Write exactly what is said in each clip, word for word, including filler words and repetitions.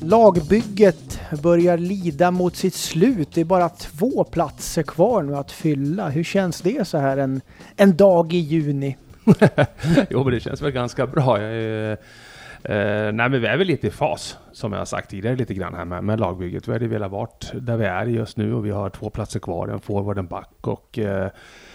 Lagbygget börjar lida mot sitt slut. Det är bara två platser kvar nu att fylla. Hur känns det så här en, en dag i juni? Jo, men det känns väl ganska bra. Jag är, eh, nej, men vi är väl lite i fas, som jag har sagt tidigare lite grann här med, med lagbygget. Vi hade velat varit där vi är just nu och vi har två platser kvar, en forward, en back och eh,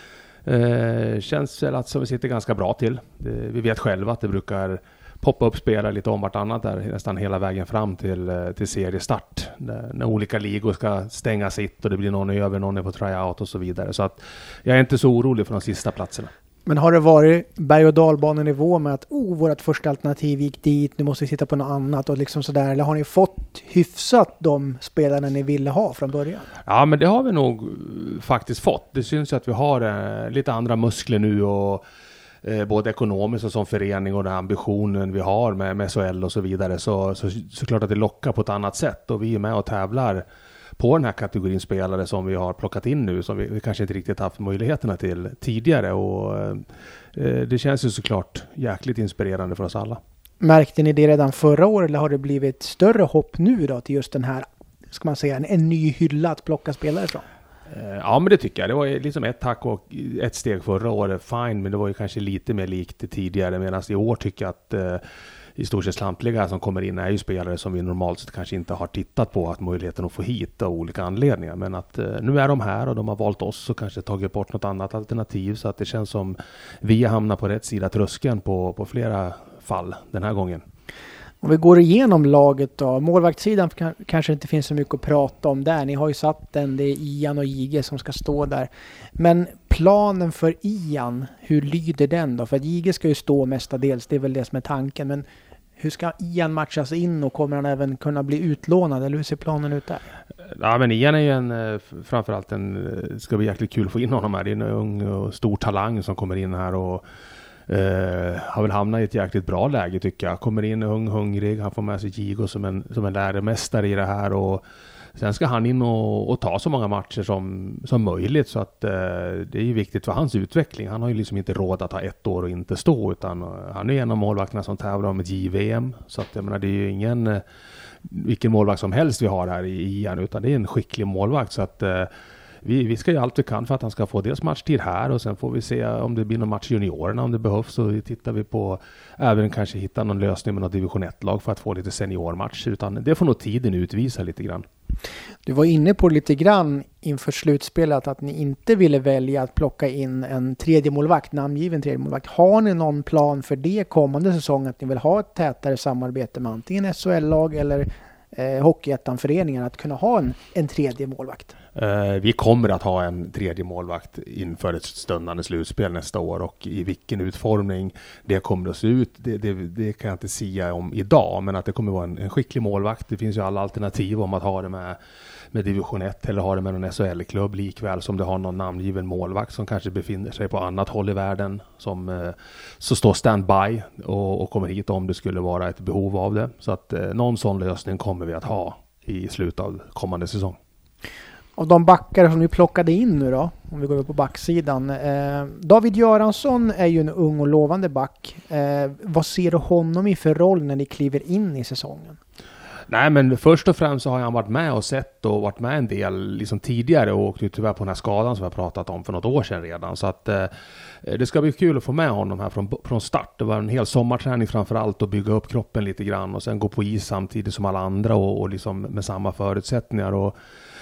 eh, känns väl att så vi sitter ganska bra till. Det, vi vet själva att det brukar poppa upp spelare lite om vartannat där nästan hela vägen fram till, till seriestart. När, när olika ligor ska stänga sitt och det blir någon över, någon är på tryout och så vidare. Så att jag är inte så orolig för de sista platserna. Men har det varit berg- och dalbanenivå med att oh, vårt första alternativ gick dit, nu måste vi sitta på något annat och liksom sådär? Eller har ni fått hyfsat de spelarna ni ville ha från början? Ja, men det har vi nog faktiskt fått. Det syns ju att vi har eh, lite andra muskler nu och Eh, både ekonomiskt och som förening och den ambitionen vi har med, med S H L och så vidare så, så, så klart att det lockar på ett annat sätt och vi är med och tävlar på den här kategorin spelare som vi har plockat in nu som vi, vi kanske inte riktigt haft möjligheterna till tidigare och eh, det känns ju såklart jäkligt inspirerande för oss alla. Märkte ni det redan förra året eller har det blivit större hopp nu då till just den här, ska man säga, en, en ny hylla att plocka spelare från? Ja, men det tycker jag. Det var liksom ett tack och ett steg förra året, fine, men det var ju kanske lite mer likt det tidigare, medan i år tycker jag att eh, i stort sett samtliga som kommer in är ju spelare som vi normalt sett kanske inte har tittat på, att möjligheten att få hit av olika anledningar, men att eh, nu är de här och de har valt oss och kanske tagit bort något annat alternativ, så att det känns som vi hamnar på rätt sida tröskeln på, på flera fall den här gången. Om vi går igenom laget då, målvaktssidan k- kanske inte finns så mycket att prata om där. Ni har ju satt den, det är Ian och Jige som ska stå där. Men planen för Ian, hur lyder den då? För att Jige ska ju stå mestadels, det är väl det som är tanken. Men hur ska Ian matchas in och kommer han även kunna bli utlånad? Eller hur ser planen ut där? Ja, men Ian är ju en, framförallt en, det ska bli jäkligt kul att få in honom här. Det är en ung och stor talang som kommer in här och Uh, har väl hamnat i ett jäkligt bra läge tycker jag. Kommer in ung, hungrig, han får med sig Gigo som en, som en läromästare i det här och sen ska han in och, och ta så många matcher som, som möjligt så att uh, det är ju viktigt för hans utveckling. Han har ju liksom inte råd att ha ett år och inte stå utan uh, han är en av målvakterna som tävlar om ett J V M så att jag menar det är ju ingen uh, vilken målvakt som helst vi har här i Ian utan det är en skicklig målvakt så att uh, Vi, vi ska ju allt vi kan för att han ska få dels matchtid här och sen får vi se om det blir någon match i juniorerna om det behövs så tittar vi på även kanske hitta någon lösning med något division ett-lag för att få lite seniormatch utan det får nog tiden utvisa lite grann. Du var inne på lite grann inför slutspelet att ni inte ville välja att plocka in en tredje målvakt, namngiven tredje målvakt. Har ni någon plan för det kommande säsong att ni vill ha ett tätare samarbete med antingen S H L-lag eller eh, Hockeyettan-föreningen att kunna ha en, en tredje målvakt? Uh, vi kommer att ha en tredje målvakt inför ett stundande slutspel nästa år och i vilken utformning det kommer att se ut det, det, det kan jag inte säga om idag men att det kommer att vara en, en skicklig målvakt. Det finns ju alla alternativ om att ha det med, med division ett eller ha det med en S H L-klubb likväl som det har någon namngiven målvakt som kanske befinner sig på annat håll i världen som uh, så står standby och, och kommer hit om det skulle vara ett behov av det. Så att uh, någon sån lösning kommer vi att ha i slutet av kommande säsong. Av de backar som ni plockade in nu då, om vi går upp på backsidan. Eh, David Göransson är ju en ung och lovande back. Eh, vad ser du honom i för roll när ni kliver in i säsongen? Nej, men först och främst så har han varit med och sett och varit med en del liksom tidigare och åkte tyvärr på den här skadan som jag pratat om för något år sedan redan. Så att eh, det ska bli kul att få med honom här från, från start. Det var en hel sommarträning framförallt att bygga upp kroppen lite grann och sen gå på is samtidigt som alla andra och, och liksom med samma förutsättningar och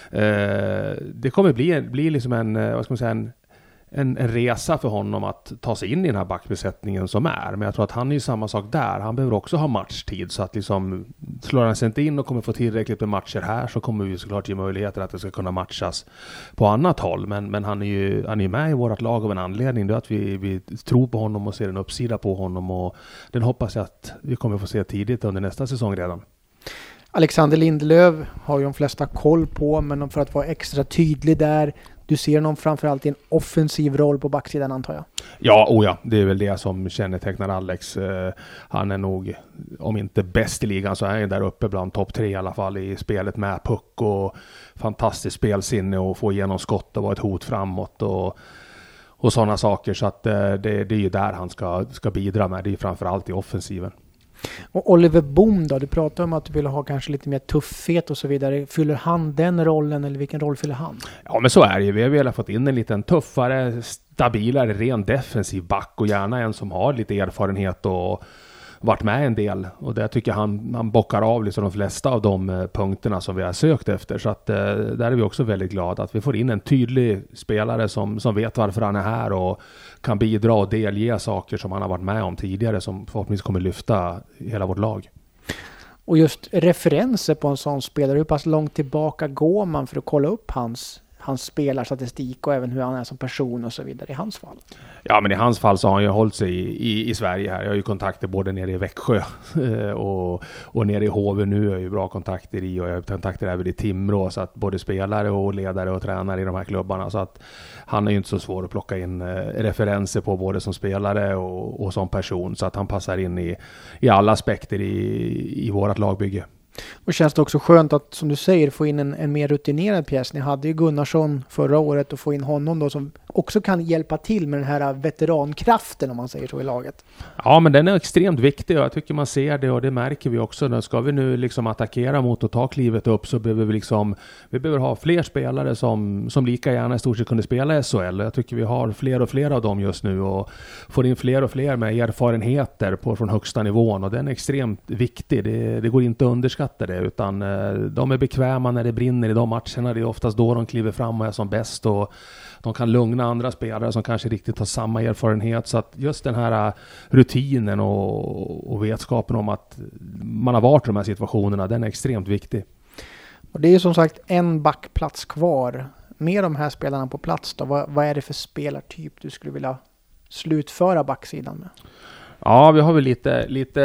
Eh, det kommer bli, bli liksom en, vad ska man säga, en, en, en resa för honom att ta sig in i den här backbesättningen som är. Men jag tror att han är ju samma sak där. Han behöver också ha matchtid så att liksom slår han sig inte in och kommer få tillräckligt med matcher här så kommer vi såklart ge möjligheter att det ska kunna matchas på annat håll. Men, men han är ju han är med i vårt lag av en anledning. Det är att vi, vi tror på honom och ser en uppsida på honom och den hoppas jag att vi kommer få se tidigt under nästa säsong redan. Alexander Lindelöf har ju de flesta koll på, men för att vara extra tydlig där, du ser någon framförallt i en offensiv roll på backsidan antar jag? Ja, oh ja, det är väl det som kännetecknar Alex. Uh, han är nog, om inte bäst i ligan så är han där uppe bland topp tre i alla fall i spelet med puck och fantastiskt spelsinne och få igenom skott och vara ett hot framåt och och sådana saker så att uh, det, det är ju där han ska, ska bidra med, det är ju framförallt i offensiven. Och Oliver Boom då, du pratar om att du vill ha kanske lite mer tuffhet och så vidare. Fyller han den rollen eller vilken roll fyller han? Ja, men så är det ju. Vi har velat fått in en liten tuffare, stabilare, ren defensiv back och gärna en som har lite erfarenhet och varit med en del. Och där tycker jag han, han bockar av liksom de flesta av de eh, punkterna som vi har sökt efter. Så att eh, där är vi också väldigt glada att vi får in en tydlig spelare som, som vet varför han är här och kan bidra och delge saker som han har varit med om tidigare som förhoppningsvis kommer lyfta hela vårt lag. Och just referenser på en sån spelare, hur pass långt tillbaka går man för att kolla upp hans hans spelarstatistik och även hur han är som person och så vidare i hans fall? Ja, men i hans fall så har han ju hållit sig i, i, i Sverige här. Jag har ju kontakter både nere i Växjö och, och nere i H V nu. Jag har ju bra kontakter i och jag har kontakter även i Timrå, så att både spelare och ledare och tränare i de här klubbarna, så att han är ju inte så svår att plocka in eh, referenser på både som spelare och, och som person, så att han passar in i, i alla aspekter i, i vårat lagbygge. Och känns det också skönt att, som du säger, få in en, en mer rutinerad pjäs. Ni hade ju Gunnarsson förra året och få in honom då som också kan hjälpa till med den här veterankraften, om man säger så, i laget. Ja, men den är extremt viktig och jag tycker man ser det och det märker vi också. När ska vi nu liksom attackera mot och ta klivet upp, så behöver vi liksom vi behöver ha fler spelare som, som lika gärna i stort sett kunde spela i S H L. Jag tycker vi har fler och fler av dem just nu och får in fler och fler med erfarenheter på, från högsta nivån, och den är extremt viktig. Det, det går inte att underskatta det, utan eh, de är bekväma när det brinner i de matcherna. Det är oftast då de kliver fram och är som bäst, och de kan lugna andra spelare som kanske riktigt har samma erfarenhet. Så att just den här rutinen och, och vetskapen om att man har varit i de här situationerna, den är extremt viktig. Och det är ju som sagt en backplats kvar. Med de här spelarna på plats då, vad, vad är det för spelartyp du skulle vilja slutföra backsidan med? Ja, vi har väl lite,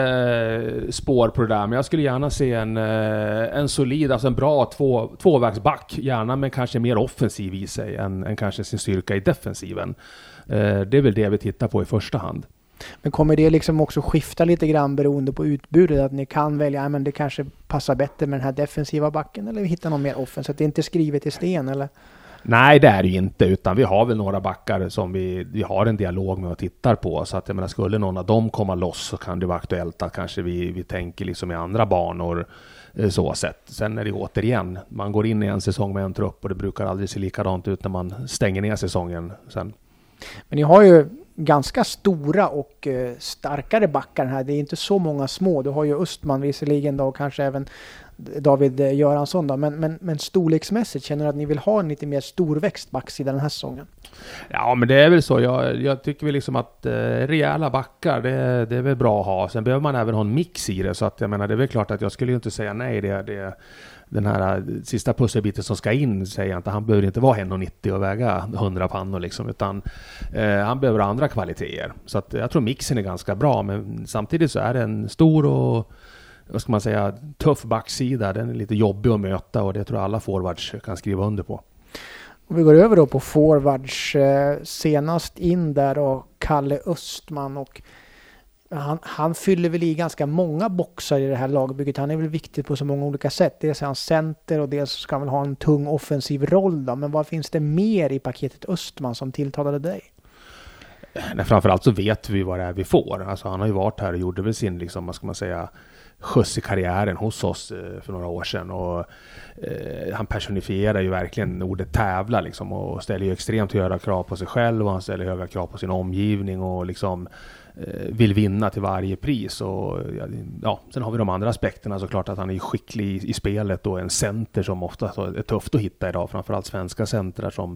lite spår på det där, men jag skulle gärna se en, en solid, alltså en bra två, tvåvägsback, gärna men kanske mer offensiv i sig än, än kanske sin styrka i defensiven. Det är väl det vi tittar på i första hand. Men kommer det liksom också skifta lite grann beroende på utbudet, att ni kan välja, men det kanske passar bättre med den här defensiva backen, eller hitta någon mer offensiv, så att det inte är skrivet i sten, eller? Nej, det är det ju inte, utan vi har väl några backar som vi, vi har en dialog med och tittar på, så att jag menar, skulle någon av dem komma loss så kan det vara aktuellt att kanske vi, vi tänker liksom i andra banor så sätt. Sen är det återigen, man går in i en säsong med en trupp och det brukar aldrig se likadant ut när man stänger ner säsongen sen. Men ni har ju ganska stora och eh, starkare backar här. Det är inte så många små. Du har ju Östman visserligen då, och kanske även David Göransson då. Men, men, men storleksmässigt, känner du att ni vill ha en lite mer storväxt backsida den här säsongen? Ja, men det är väl så. Jag, jag tycker väl liksom att eh, rejäla backar, det, det är väl bra att ha. Sen behöver man även ha en mix i det. Så att jag menar, det är väl klart att jag skulle ju inte säga nej. Det, det, den här sista pusselbiten som ska in, säger jag inte. Han behöver inte vara en nittio och väga hundra pannor liksom, utan eh, han behöver andra kvaliteter. Så att jag tror mixen är ganska bra, men samtidigt så är det en stor och, vad ska man säga, tuff backsida. Den är lite jobbig att möta, och det tror jag alla forwards kan skriva under på. Och vi går över då på forwards, eh, senast in där och Kalle Östman, och Han, han fyller väl i ganska många boxar i det här lagbygget. Han är väl viktig på så många olika sätt. Dels är han center och dels ska han väl ha en tung offensiv roll då. Men vad finns det mer i paketet Östman som tilltalade dig? Nej, framförallt så vet vi vad det är vi får. Alltså, han har ju varit här och gjorde väl sin, liksom, vad ska man säga, skjuts i karriären hos oss eh, för några år sedan. Och, eh, han personifierar ju verkligen ordet tävla liksom, och ställer ju extremt höga krav på sig själv, och han ställer höga krav på sin omgivning och liksom vill vinna till varje pris. Och ja, sen har vi de andra aspekterna, såklart att han är skicklig i, i spelet och en center som ofta är tufft att hitta idag, framförallt svenska centrar som,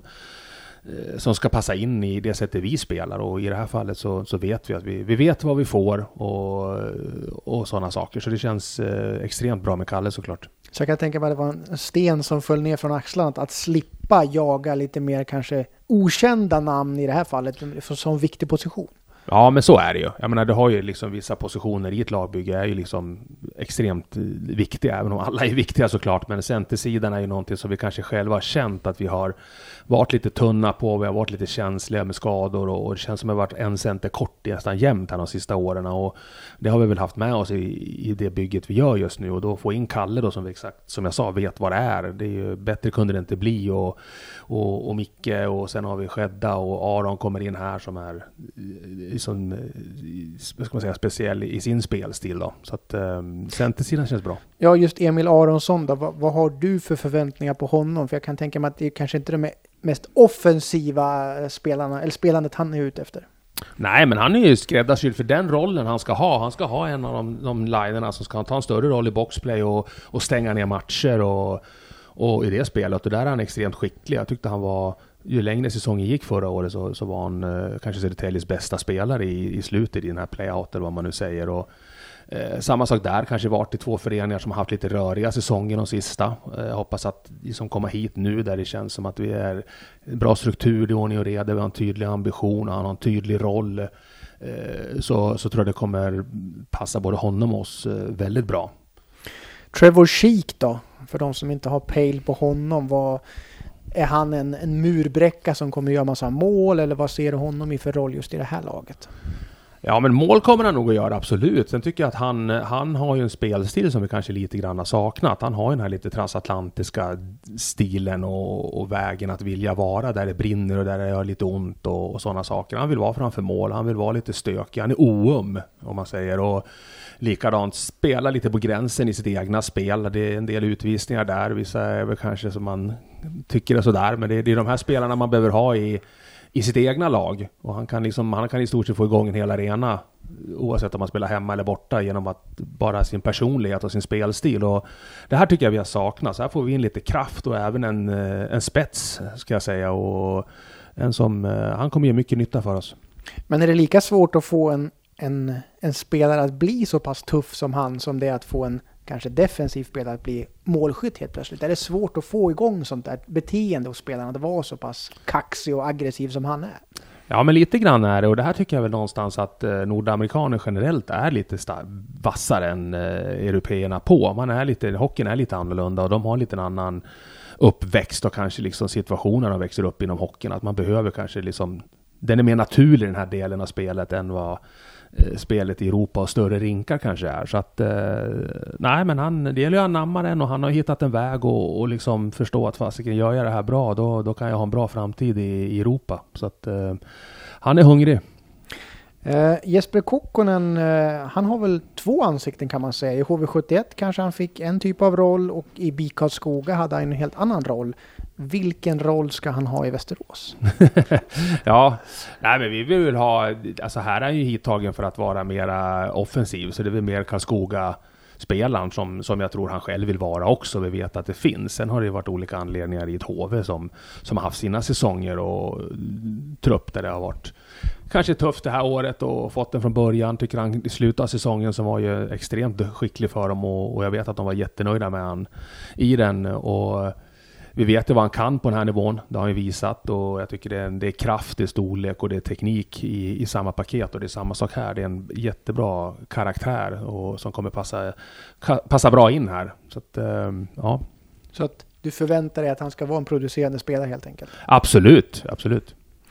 som ska passa in i det sättet vi spelar, och i det här fallet så, så vet vi att vi, vi vet vad vi får och, och sådana saker, så det känns eh, extremt bra med Kalle såklart. Så jag kan tänka mig att det var en sten som föll ner från axlarna, att, att slippa jaga lite mer kanske okända namn i det här fallet som en viktig position. Ja, men så är det ju. Jag menar, det har ju liksom vissa positioner i ett lagbygge är ju liksom extremt viktiga, även om alla är viktiga såklart. Men centersidan är ju någonting som vi kanske själva har känt att vi har varit lite tunna på. Vi har varit lite känsliga med skador, och det känns som att det har varit en center kort nästan jämnt här de sista åren. Och det har vi väl haft med oss i, i det bygget vi gör just nu. Och då få in Kalle då, som vi exakt, som jag sa, vet vad det är. Det är ju bättre kunde det inte bli. Och, och, och Micke, och sen har vi Skedda och Aron kommer in här som är liksom, vad ska man säga, speciell i sin spelstil då. Så att um, centersidan känns bra. Ja, just Emil Aronsson då. Vad, vad har du för förväntningar på honom? För jag kan tänka mig att det är kanske inte de mest offensiva spelarna, eller spelandet han är ute efter. Nej, men han är ju skräddarsydd för den rollen han ska ha. Han ska ha en av de, de linerna som ska ta en större roll i boxplay och, och stänga ner matcher och, och i det spelet. Och där är han extremt skicklig. Jag tyckte han var, ju längre säsongen gick förra året så, så var han eh, kanske Södertäljes bästa spelare i, i slutet i den här playouten, vad man nu säger. Och Eh, samma sak där, kanske varit i två föreningar som har haft lite röriga säsonger de sista. Eh, hoppas att liksom komma hit nu där det känns som att vi är bra struktur, det är ordning och reda, vi har en tydlig ambition och han har en tydlig roll. Eh, så, så tror jag det kommer passa både honom och oss eh, väldigt bra. Trevor Sheek då, för de som inte har pejl på honom, vad, är han en, en murbräcka som kommer göra massa mål, eller vad ser du honom i för roll just i det här laget? Ja, men mål kommer han nog att göra, absolut. Sen tycker jag att han, han har ju en spelstil som vi kanske lite grann har saknat. Han har ju den här lite transatlantiska stilen och, och vägen att vilja vara där det brinner och där det gör lite ont och, och sådana saker. Han vill vara framför mål, han vill vara lite stökig, han är oum om man säger. Och likadant spela lite på gränsen i sitt egna spel. Det är en del utvisningar där, vissa är väl kanske som man tycker är sådär. Men det, det är de här spelarna man behöver ha i i sitt egna lag, och han kan liksom, han kan i stort sett få igång en hel arena oavsett om man spelar hemma eller borta genom att bara sin personlighet och sin spelstil, och det här tycker jag vi har saknat. Så här får vi in lite kraft och även en, en spets ska jag säga, och en som, han kommer ge mycket nytta för oss. Men är det lika svårt att få en, en, en spelare att bli så pass tuff som han som det är att få en kanske defensiv spelare att bli målskytt helt plötsligt? Är det svårt att få igång sånt där beteende hos spelarna att vara så pass kaxig och aggressiv som han är? Ja, men lite grann är det, och det här tycker jag väl någonstans att eh, nordamerikaner generellt är lite star- vassare än eh, européerna på. Man är lite, hockeyn är lite annorlunda och de har lite en annan uppväxt och kanske liksom situationer de växer upp inom hockeyn, att man behöver kanske liksom, den är mer naturlig den här delen av spelet än vad spelet i Europa och större rinkar kanske är. Så att eh, nej, men han, det gäller ju att anamma den, och han har hittat en väg och, och liksom förstå att fasiken, gör jag det här bra, då, då kan jag ha en bra framtid i, i Europa. Så att eh, han är hungrig. Uh, Jesper Kokkonen, uh, han har väl två ansikten kan man säga. I H V sjuttioett kanske han fick en typ av roll, och i B I K Karlskoga hade han en helt annan roll. Vilken roll ska han ha i Västerås? Ja, nej, men vi vill ha, alltså här är han ju hittagen för att vara mera offensiv, så det är väl mer Karlskoga spelaren som, som jag tror han själv vill vara också. Vi vet att det finns. Sen har det varit olika anledningar i ett H V som, som har haft sina säsonger och trupp där det har varit kanske tufft det här året och fått den från början. Tycker han i slutet av säsongen som var ju extremt skicklig för dem, och, och jag vet att de var jättenöjda med han i den, och vi vet ju vad han kan på den här nivån. Det har han ju visat, och jag tycker det är, det är kraft, det är storlek och det är teknik i, i samma paket, och det är samma sak här. Det är en jättebra karaktär och som kommer passa, passa bra in här. Så att, ja. Så att du förväntar dig att han ska vara en producerande spelare helt enkelt? Absolut, absolut.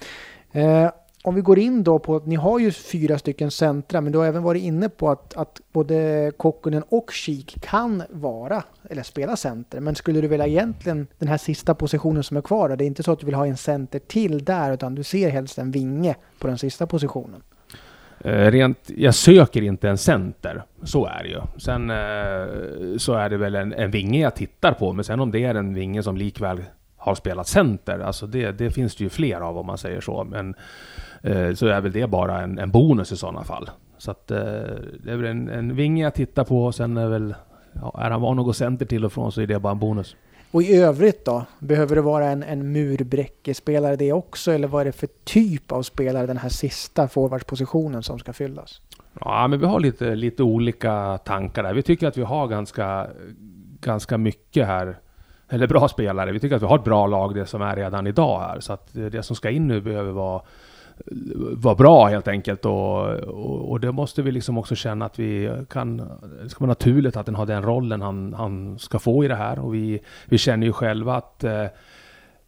Eh, om vi går in då på att ni har ju fyra stycken centra, men du har även varit inne på att, att både Kokkonen och Sheek kan vara eller spela center. Men skulle du vilja egentligen den här sista positionen som är kvar, det är inte så att du vill ha en center till där, utan du ser helst en vinge på den sista positionen? Eh, rent, jag söker inte en center, så är det ju. Sen eh, så är det väl en, en vinge jag tittar på, men sen om det är en vinge som likväl har spelat center, alltså det, det finns det ju fler av om man säger så, men eh, så är väl det bara en, en bonus i sådana fall. Så att eh, det är väl en, en vinge jag tittar på, sen är väl, ja, är han van att gå center till och från, så är det bara en bonus. Och i övrigt då, behöver det vara en, en murbräckespelare det också, eller vad är det för typ av spelare den här sista forwardspositionen som ska fyllas? Ja, men vi har lite, lite olika tankar där. Vi tycker att vi har ganska, ganska mycket här, eller bra spelare. Vi tycker att vi har ett bra lag, det som är redan idag här. Så att det som ska in nu behöver vara, vara bra helt enkelt. Och, och, och det måste vi liksom också känna att vi kan, det ska vara naturligt att den har den rollen han, han ska få i det här. Och vi, vi känner ju själva att eh,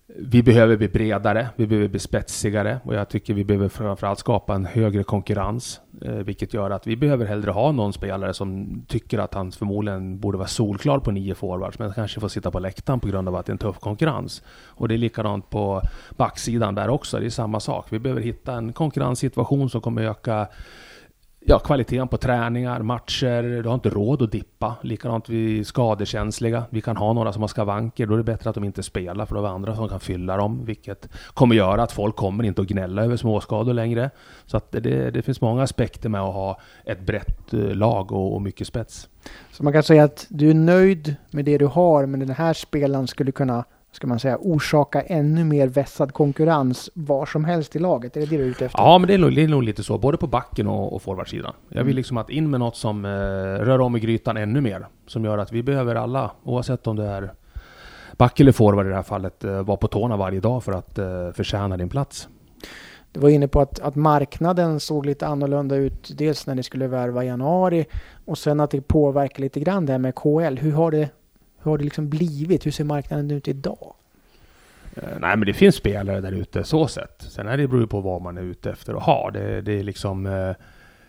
vi behöver bli bredare, vi behöver bli spetsigare och jag tycker vi behöver framförallt skapa en högre konkurrens, eh, vilket gör att vi behöver hellre ha någon spelare som tycker att han förmodligen borde vara solklar på nio forwards men kanske får sitta på läktaren på grund av att det är en tuff konkurrens. Och det är likadant på backsidan där också, det är samma sak. Vi behöver hitta en konkurrenssituation som kommer öka Ja, kvaliteten på träningar, matcher, du har inte råd att dippa. Likadant vi är skadekänsliga. Vi kan ha några som har skavanker, då är det bättre att de inte spelar för då har vi andra som kan fylla dem. Vilket kommer göra att folk kommer inte att gnälla över småskador längre. Så att det, det finns många aspekter med att ha ett brett lag och, och mycket spets. Så man kan säga att du är nöjd med det du har, men den här spelaren skulle kunna, ska man säga, orsaka ännu mer vässad konkurrens var som helst i laget. Är det det du är ute efter? Ja, men det är nog, det är nog lite så. Både på backen och, och forwardsidan. Jag vill liksom att in med något som eh, rör om i grytan ännu mer. Som gör att vi behöver alla, oavsett om det är back eller forward i det här fallet, eh, vara på tårna varje dag för att eh, förtjäna din plats. Du var inne på att, att marknaden såg lite annorlunda ut. Dels när det skulle värva i januari och sen att det påverkar lite grann det här med K L. Hur har det Hur har det liksom blivit? Hur ser marknaden ut idag? Uh, nej, men det finns spelare där ute så sett. Sen är det beror på vad man är ute efter och har. Det, det är liksom... Uh, uh,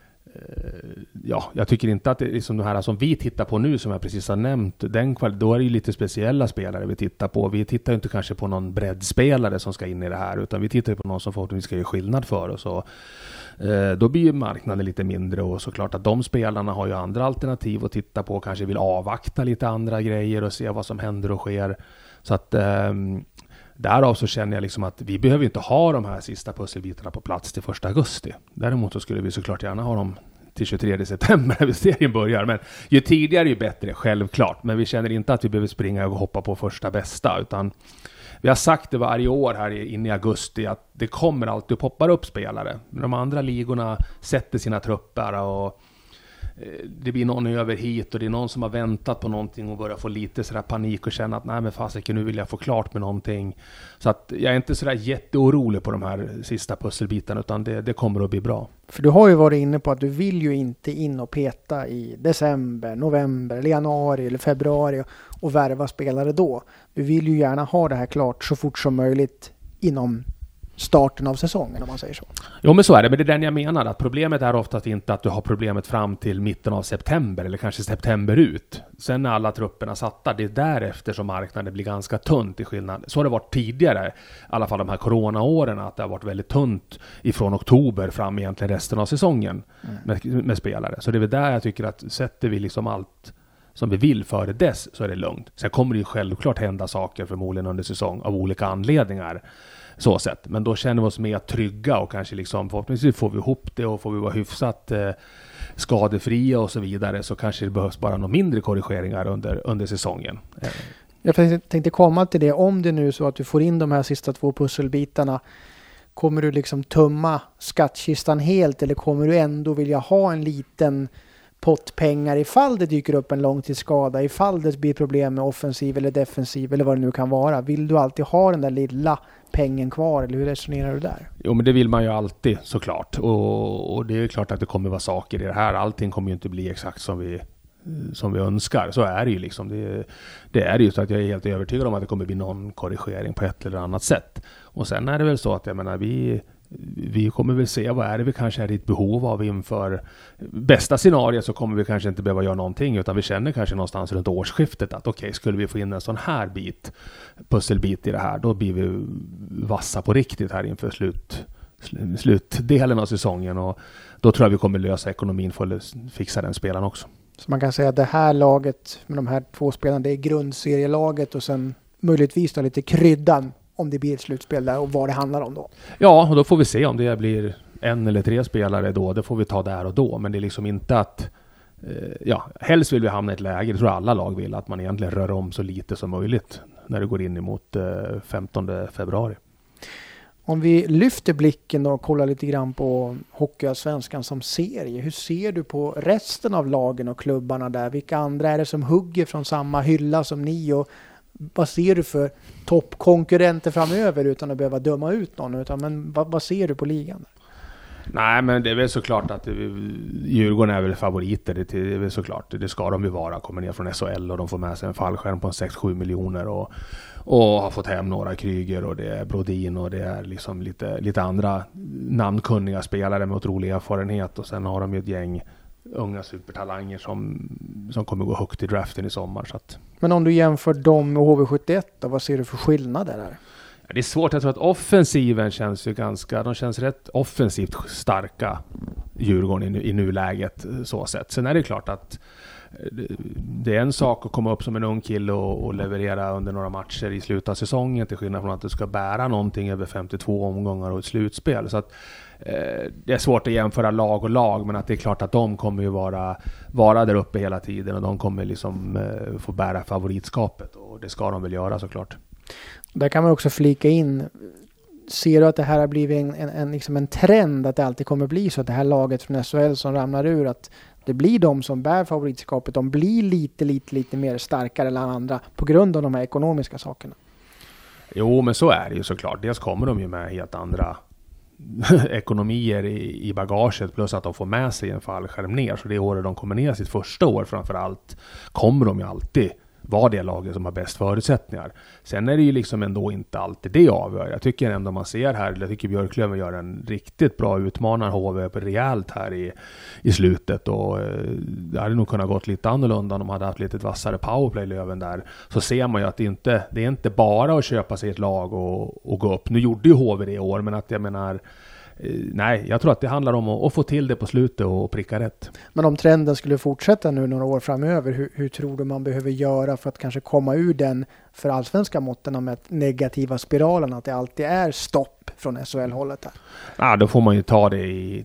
ja, jag tycker inte att det är liksom de här som vi tittar på nu, som jag precis har nämnt, den, då är det ju lite speciella spelare vi tittar på. Vi tittar ju inte kanske på någon breddspelare som ska in i det här, utan vi tittar på någon som förhoppningsvis ska göra skillnad för oss. Och, uh, då blir ju marknaden lite mindre och såklart att de spelarna har ju andra alternativ att titta på, kanske vill avvakta lite andra grejer och se vad som händer och sker. Så att um, därav så känner jag liksom att vi behöver inte ha de här sista pusselbitarna på plats till första augusti. Däremot så skulle vi såklart gärna ha dem till tjugotredje september när serien börjar. Men ju tidigare ju bättre, självklart. Men vi känner inte att vi behöver springa och hoppa på första bästa, utan vi har sagt det varje år här inne i augusti att det kommer alltid att poppa upp spelare. Men de andra ligorna sätter sina trupper och det blir någon över hit och det är någon som har väntat på någonting och börjar få lite sådär panik och känna att nej men fasiken, nu vill jag få klart med någonting. Så att jag är inte sådär jätteorolig på de här sista pusselbitarna, utan det, det kommer att bli bra. För du har ju varit inne på att du vill ju inte in och peta i december, november eller januari eller februari och, och värva spelare då. Du vill ju gärna ha det här klart så fort som möjligt inom starten av säsongen, om man säger så. Jo, men så är det. Men det är den jag menar. Att problemet är oftast inte att du har problemet fram till mitten av september eller kanske september ut. Sen när alla trupperna satta, det är därefter som marknaden blir ganska tunt i skillnad. Så har det varit tidigare, i alla fall de här coronaåren, att det har varit väldigt tunt ifrån oktober fram egentligen resten av säsongen mm. med, med spelare. Så det är väl där jag tycker att sätter vi liksom allt som vi vill före dess, så är det lugnt. Sen kommer det ju självklart hända saker förmodligen under säsong av olika anledningar. Så sätt. Men då känner vi oss mer trygga och kanske liksom förhoppningsvis får vi ihop det och får vi vara hyfsat eh, skadefria och så vidare, så kanske det behövs bara några mindre korrigeringar under, under säsongen. Jag tänkte komma till det. Om det nu är så att du får in de här sista två pusselbitarna, kommer du liksom tumma skattkistan helt eller kommer du ändå vilja ha en liten pott pengar ifall det dyker upp en långtidsskada, ifall det blir problem med offensiv eller defensiv eller vad det nu kan vara? Vill du alltid ha den där lilla pengen kvar eller hur resonerar du där? Jo, men det vill man ju alltid såklart, och, och det är klart att det kommer vara saker i det här. Allting kommer ju inte bli exakt som vi som vi önskar. Så är det ju liksom. Det, det är ju så att jag är helt övertygad om att det kommer bli någon korrigering på ett eller annat sätt. Och sen är det väl så att jag menar vi vi kommer väl se vad är det vi kanske är i ett behov av inför bästa scenario, så kommer vi kanske inte behöva göra någonting, utan vi känner kanske någonstans runt årsskiftet att okej, okay, skulle vi få in en sån här bit, pusselbit i det här, då blir vi vassa på riktigt här inför slut, slutdelen av säsongen, och då tror jag vi kommer lösa ekonomin för att fixa den spelaren också. Så man kan säga att det här laget med de här två spelarna, det är grundserielaget och sen möjligtvis då lite kryddan om det blir ett slutspel där och vad det handlar om då. Ja, och då får vi se om det blir en eller tre spelare då. Det får vi ta där och då. Men det är liksom inte att... Eh, ja, helst vill vi hamna i ett läge, det tror jag alla lag vill, att man egentligen rör om så lite som möjligt när det går in emot eh, femtonde februari. Om vi lyfter blicken och kollar lite grann på Hockeyallsvenskan som serie. Hur ser du på resten av lagen och klubbarna där? Vilka andra är det som hugger från samma hylla som ni, och vad ser du för toppkonkurrenter framöver utan att behöva döma ut någon? Utan, men vad, vad ser du på ligan? Nej, men det är väl såklart att Djurgården är väl favoriter. Det är väl såklart, det ska de ju vara. Kommer ner från S H L och de får med sig en fallskärm på sex sju miljoner och, och har fått hem några Kryger och det är Brodin och det är liksom lite, lite andra namnkunniga spelare med otrolig erfarenhet. Och sen har de ju ett gäng unga supertalanger som, som kommer gå högt i draften i sommar. Så att. Men om du jämför dem med H V sjuttioett då, vad ser du för skillnader där? Ja, det är svårt, jag tror att offensiven känns ju ganska, de känns rätt offensivt starka, Djurgården i, i nuläget så sett. Sen är det klart att det är en sak att komma upp som en ung kille och, och leverera under några matcher i slutet av säsongen, till skillnad från att du ska bära någonting över femtiotvå omgångar och ett slutspel. Så att eh, det är svårt att jämföra lag och lag, men att det är klart att de kommer ju vara, vara där uppe hela tiden och de kommer liksom eh, få bära favoritskapet, och det ska de väl göra såklart. Där kan man också flika in, ser du att det här har blivit en, en, en, liksom en trend att det alltid kommer bli så att det här laget från S H L som ramlar ur, att det blir de som bär favoritskapet, de blir lite, lite, lite mer starkare än andra på grund av de här ekonomiska sakerna? Jo, men så är det ju såklart. Dels kommer de ju med helt andra ekonomier i, i bagaget, plus att de får med sig en fallskärm ner. Så det året de kommer ner sitt första år framförallt kommer de ju alltid vara det laget som har bäst förutsättningar. Sen är det ju liksom ändå inte alltid det avgör. Jag tycker ändå man ser här, jag tycker Björklöven gör en riktigt bra utmanar H V rejält här i, i slutet, och eh, det hade nog kunnat gått lite annorlunda om de hade haft lite vassare powerplay Löven där. Så ser man ju att det inte, det är inte bara att köpa sig ett lag och, och gå upp. Nu gjorde ju H V det i år, men att jag menar nej, jag tror att det handlar om att, att få till det på slutet och pricka rätt. Men om trenden skulle fortsätta nu några år framöver, hur, hur tror du man behöver göra för att kanske komma ur den för allsvenska måtten med negativa spiralen, att det alltid är stopp från S H L-hållet här? Ja, då får man ju ta det i,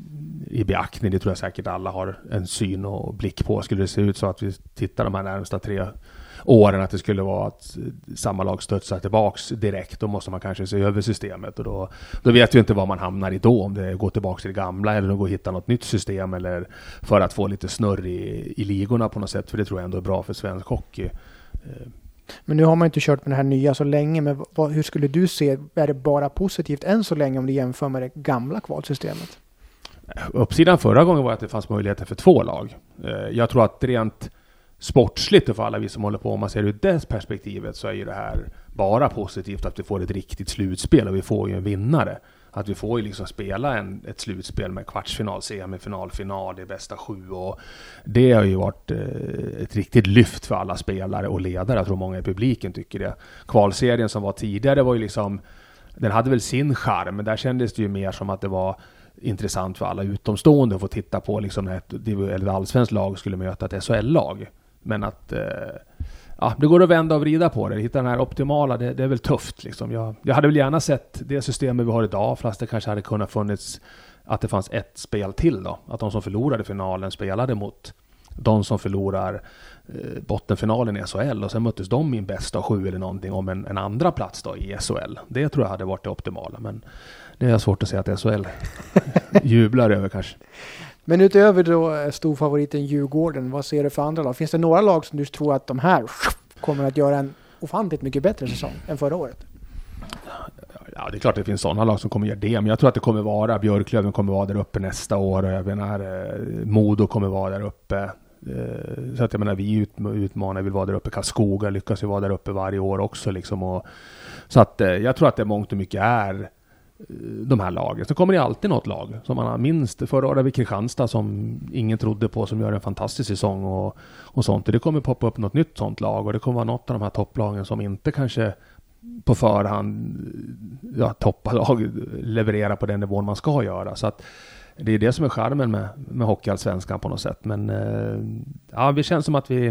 i beaktning. Det tror jag säkert alla har en syn och blick på. Skulle det se ut så att vi tittar de här närmsta tre åren att det skulle vara att samma lag stötsar tillbaks direkt, då måste man kanske se över systemet, och då, då vet vi inte var man hamnar i då, om det går tillbaks till det gamla eller om det går att hitta något nytt system, eller för att få lite snurr i, i ligorna på något sätt, för det tror jag ändå är bra för svensk hockey. Men nu har man inte kört med det här nya så länge, men vad, hur skulle du se, är det bara positivt än så länge om du jämför med det gamla kvalsystemet? Uppsidan förra gången var att det fanns möjligheter för två lag. Jag tror att rent sportsligt, och för alla vi som håller på, om man ser ur det perspektivet, så är ju det här bara positivt, att vi får ett riktigt slutspel och vi får ju en vinnare. Att vi får ju liksom spela en, ett slutspel med kvartsfinal, semifinal, final, det bästa sju, och det har ju varit eh, ett riktigt lyft för alla spelare och ledare. Jag tror många i publiken tycker det. Kvalserien som var tidigare var ju liksom, den hade väl sin charm, men där kändes det ju mer som att det var intressant för alla utomstående att få titta på liksom ett, ett allsvenskt lag skulle möta ett S H L-lag. Men att eh, ja, det går att vända och vrida på det. Hitta den här optimala, det, det är väl tufft. Liksom. Jag, jag hade väl gärna sett det systemet vi har idag, fast det kanske hade kunnat funnits att det fanns ett spel till då. Att de som förlorade finalen spelade mot de som förlorar eh, bottenfinalen i S H L, och sen möttes de i en bästa sju eller någonting om en, en andra plats då i S H L. Det tror jag hade varit det optimala, men det är svårt att säga att S H L jublar över kanske. Men utöver då storfavoriten Djurgården, vad ser du för andra lag? Finns det några lag som du tror att de här kommer att göra en ofantligt mycket bättre säsong än förra året? Ja, det är klart det finns sådana lag som kommer göra det, men jag tror att det kommer vara, Björklöven kommer vara där uppe nästa år, och jag menar Modo kommer vara där uppe. Så att jag menar, vi utmanar, vill vara där uppe. Karlskoga lyckas ju vara där uppe varje år också liksom, och så att jag tror att det mångt och mycket är de här lagen. Så kommer det alltid något lag som man har minst. Förra året vid Kristianstad som ingen trodde på, som gör en fantastisk säsong och, och sånt. Det kommer poppa upp något nytt sånt lag, och det kommer vara något av de här topplagen som inte kanske på förhand ja, topplag levererar på den nivån man ska göra. Så att det är det som är charmen med, med hockeyallsvenskan på något sätt. Men ja, det känns som att vi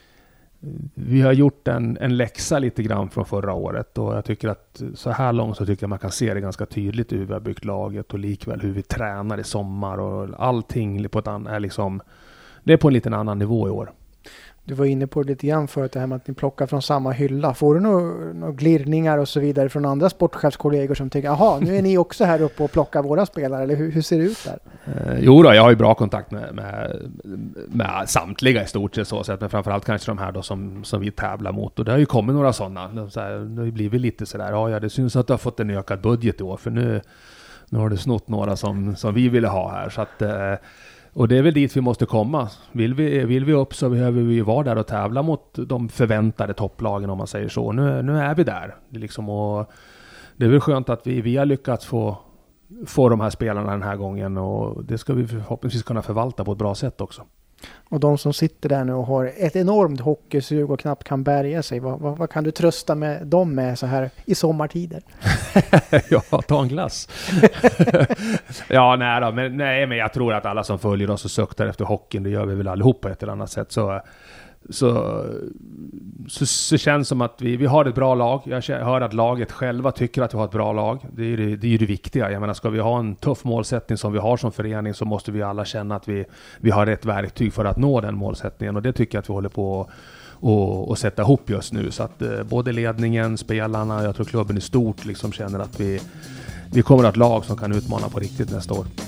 Vi har gjort en, en läxa lite grann från förra året, och jag tycker att så här långt så tycker jag man kan se det ganska tydligt hur vi har byggt laget, och likväl hur vi tränar i sommar, och allting på ett an- är liksom, det är på en liten annan nivå i år. Du var inne på det lite grann förut, det här med att ni plockar från samma hylla. Får du några, några glirningar och så vidare från andra sportchefskollegor som tycker, jaha, nu är ni också här uppe och plockar våra spelare, eller hur, hur ser det ut där? Eh, jo då, jag har ju bra kontakt med, med, med samtliga i stort sett så sätt, men framförallt kanske de här då som, som vi tävlar mot, och det har ju kommit några sådana. Så här, det har ju blivit lite sådär, ja, ja det syns att du har fått en ökad budget i år, för nu nu har du snott några som, som vi ville ha här. Så att, eh, och det är väl dit vi måste komma. Vill vi, vill vi upp så behöver vi ju vara där och tävla mot de förväntade topplagen, om man säger så. Nu, nu är vi där. Det är, liksom, och det är väl skönt att vi, vi har lyckats få, få de här spelarna den här gången, och det ska vi förhoppningsvis kunna förvalta på ett bra sätt också. Och de som sitter där nu och har ett enormt hockeysug och knappt kan bärga sig, vad, vad, vad kan du trösta med dem med så här i sommartider? Ja, ta en glass. Ja, nej, då, men, nej, men jag tror att alla som följer oss och söktar efter hockeyn, det gör vi väl allihop på ett eller annat sätt, så, så, så, så känns som att vi, vi har ett bra lag. Jag hör att laget själva tycker att vi har ett bra lag. Det är ju det, det, är ju det viktiga. Jag menar, ska vi ha en tuff målsättning som vi har som förening, så måste vi alla känna att vi, vi har rätt verktyg för att nå den målsättningen, och det tycker jag att vi håller på och, och sätta ihop just nu. Så att eh, både ledningen, spelarna, jag tror klubben i stort liksom känner att vi, vi kommer att ha ett lag som kan utmana på riktigt nästa år.